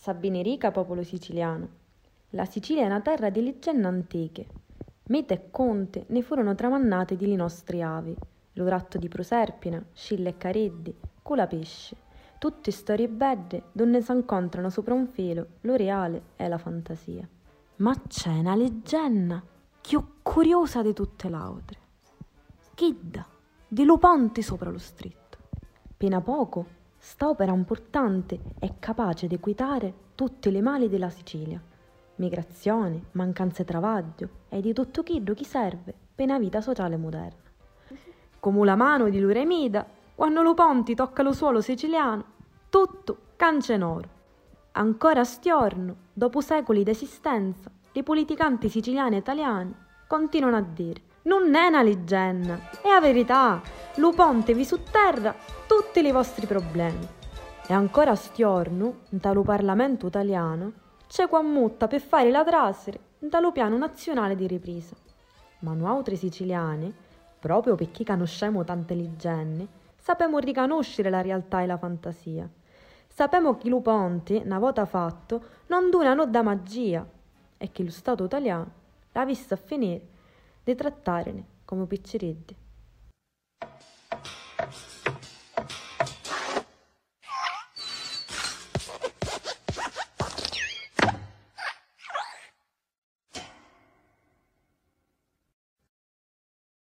Sabine Rica, popolo siciliano. La Sicilia è una terra di leggende antiche. Mite e conte ne furono tramandate di nostri avi. L'oratto di Proserpina, Scilla e Careddi, Cula Pesce. Tutte storie belle donde si incontrano sopra un filo lo reale e la fantasia. Ma c'è una leggenda più curiosa di tutte le altre. Chidda, di lo ponte sopra lo stretto. Pena poco, sta opera importante è capace di quietare tutti i mali della Sicilia. Migrazione, mancanze di travaglio e di tutto quello che serve per una vita sociale moderna. Come la mano di Luremida, quando lo ponti tocca lo suolo siciliano, tutto cance in oro. Ancora a stiorno, dopo secoli d'esistenza, i politicanti siciliani e italiani continuano a dire: non è una leggenda, è la verità, lo ponte vi sotterra tutti i vostri problemi. E ancora a stiorno, dallo Parlamento italiano, c'è qua mutta per fare la trasfera dallo piano nazionale di ripresa. Ma noi altri siciliani, proprio perché conosciamo tante leggende, sappiamo riconoscere la realtà e la fantasia. Sappiamo che lo ponte, una volta fatto, non durano da magia e che lo Stato italiano l'ha visto a finire di trattarne come picciriddi.